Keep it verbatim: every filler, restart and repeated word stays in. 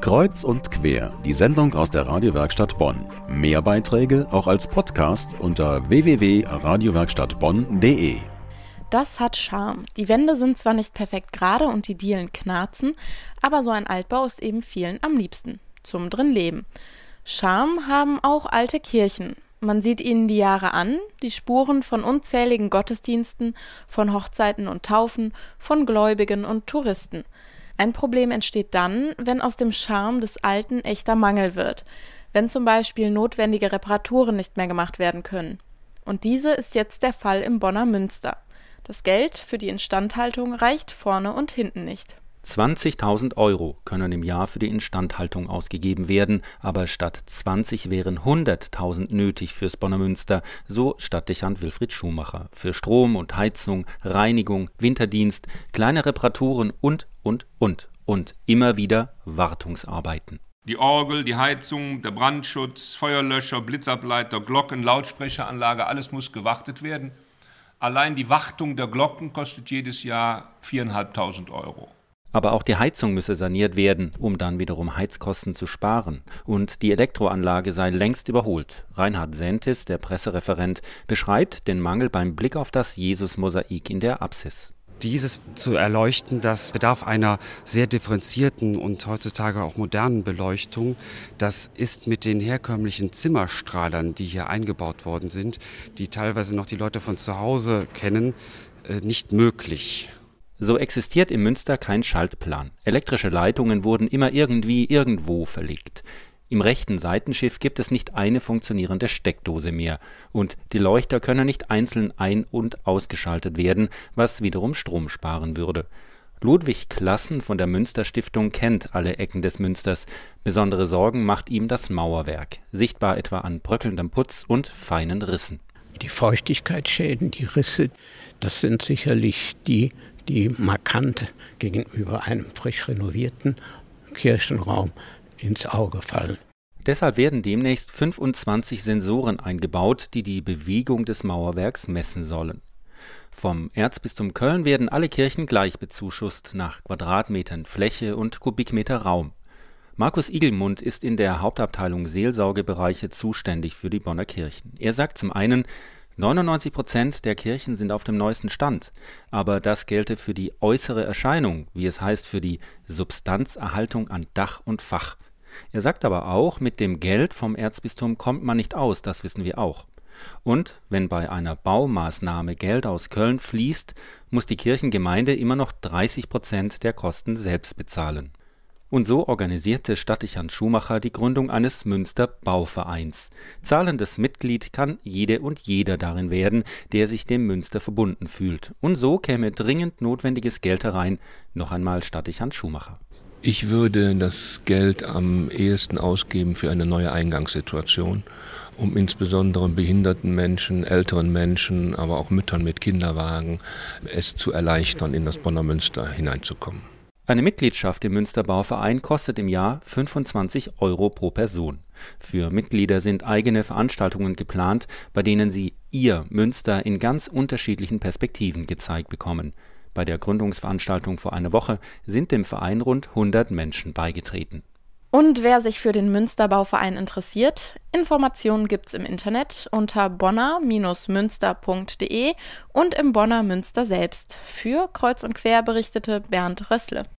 Kreuz und quer, die Sendung aus der Radiowerkstatt Bonn. Mehr Beiträge auch als Podcast unter w w w punkt radiowerkstattbonn punkt d e. Das hat Charme. Die Wände sind zwar nicht perfekt gerade und die Dielen knarzen, aber so ein Altbau ist eben vielen am liebsten. Zum Drinleben. Charme haben auch alte Kirchen. Man sieht ihnen die Jahre an, die Spuren von unzähligen Gottesdiensten, von Hochzeiten und Taufen, von Gläubigen und Touristen. Ein Problem entsteht dann, wenn aus dem Charme des Alten echter Mangel wird, wenn zum Beispiel notwendige Reparaturen nicht mehr gemacht werden können. Und diese ist jetzt der Fall im Bonner Münster. Das Geld für die Instandhaltung reicht vorne und hinten nicht. zwanzigtausend Euro können im Jahr für die Instandhaltung ausgegeben werden, aber statt zwanzig wären hunderttausend nötig fürs Bonner Münster, so Stadtdechant Wilfried Schumacher. Für Strom und Heizung, Reinigung, Winterdienst, kleine Reparaturen und, und, und. Und immer wieder Wartungsarbeiten. Die Orgel, die Heizung, der Brandschutz, Feuerlöscher, Blitzableiter, Glocken, Lautsprecheranlage, alles muss gewartet werden. Allein die Wartung der Glocken kostet jedes Jahr viertausendfünfhundert Euro. Aber auch die Heizung müsse saniert werden, um dann wiederum Heizkosten zu sparen. Und die Elektroanlage sei längst überholt. Reinhard Sentis, der Pressereferent, beschreibt den Mangel beim Blick auf das Jesus-Mosaik in der Apsis. Dieses zu erleuchten, das bedarf einer sehr differenzierten und heutzutage auch modernen Beleuchtung. Das ist mit den herkömmlichen Zimmerstrahlern, die hier eingebaut worden sind, die teilweise noch die Leute von zu Hause kennen, nicht möglich. So existiert im Münster kein Schaltplan. Elektrische Leitungen wurden immer irgendwie irgendwo verlegt. Im rechten Seitenschiff gibt es nicht eine funktionierende Steckdose mehr. Und die Leuchter können nicht einzeln ein- und ausgeschaltet werden, was wiederum Strom sparen würde. Ludwig Klassen von der Münsterstiftung kennt alle Ecken des Münsters. Besondere Sorgen macht ihm das Mauerwerk, sichtbar etwa an bröckelndem Putz und feinen Rissen. Die Feuchtigkeitsschäden, die Risse, das sind sicherlich die, die markant gegenüber einem frisch renovierten Kirchenraum ins Auge fallen. Deshalb werden demnächst fünfundzwanzig Sensoren eingebaut, die die Bewegung des Mauerwerks messen sollen. Vom Erzbistum Köln werden alle Kirchen gleich bezuschusst nach Quadratmetern Fläche und Kubikmeter Raum. Markus Igelmund ist in der Hauptabteilung Seelsorgebereiche zuständig für die Bonner Kirchen. Er sagt zum einen, neunundneunzig Prozent der Kirchen sind auf dem neuesten Stand, aber das gelte für die äußere Erscheinung, wie es heißt, für die Substanzerhaltung an Dach und Fach. Er sagt aber auch, mit dem Geld vom Erzbistum kommt man nicht aus, das wissen wir auch. Und wenn bei einer Baumaßnahme Geld aus Köln fließt, muss die Kirchengemeinde immer noch dreißig Prozent der Kosten selbst bezahlen. Und so organisierte Stadtdechant Schumacher die Gründung eines Münster-Bauvereins. Zahlendes Mitglied kann jede und jeder darin werden, der sich dem Münster verbunden fühlt. Und so käme dringend notwendiges Geld herein. Noch einmal Stadtdechant Schumacher. Ich würde das Geld am ehesten ausgeben für eine neue Eingangssituation, um insbesondere behinderten Menschen, älteren Menschen, aber auch Müttern mit Kinderwagen es zu erleichtern, in das Bonner Münster hineinzukommen. Eine Mitgliedschaft im Münster-Bauverein kostet im Jahr fünfundzwanzig Euro pro Person. Für Mitglieder sind eigene Veranstaltungen geplant, bei denen sie ihr Münster in ganz unterschiedlichen Perspektiven gezeigt bekommen. Bei der Gründungsveranstaltung vor einer Woche sind dem Verein rund hundert Menschen beigetreten. Und wer sich für den Münster-Bauverein interessiert, Informationen gibt's im Internet unter bonner Münster punkt de und im Bonner Münster selbst. Für Kreuz und Quer berichtete Bernd Rössle.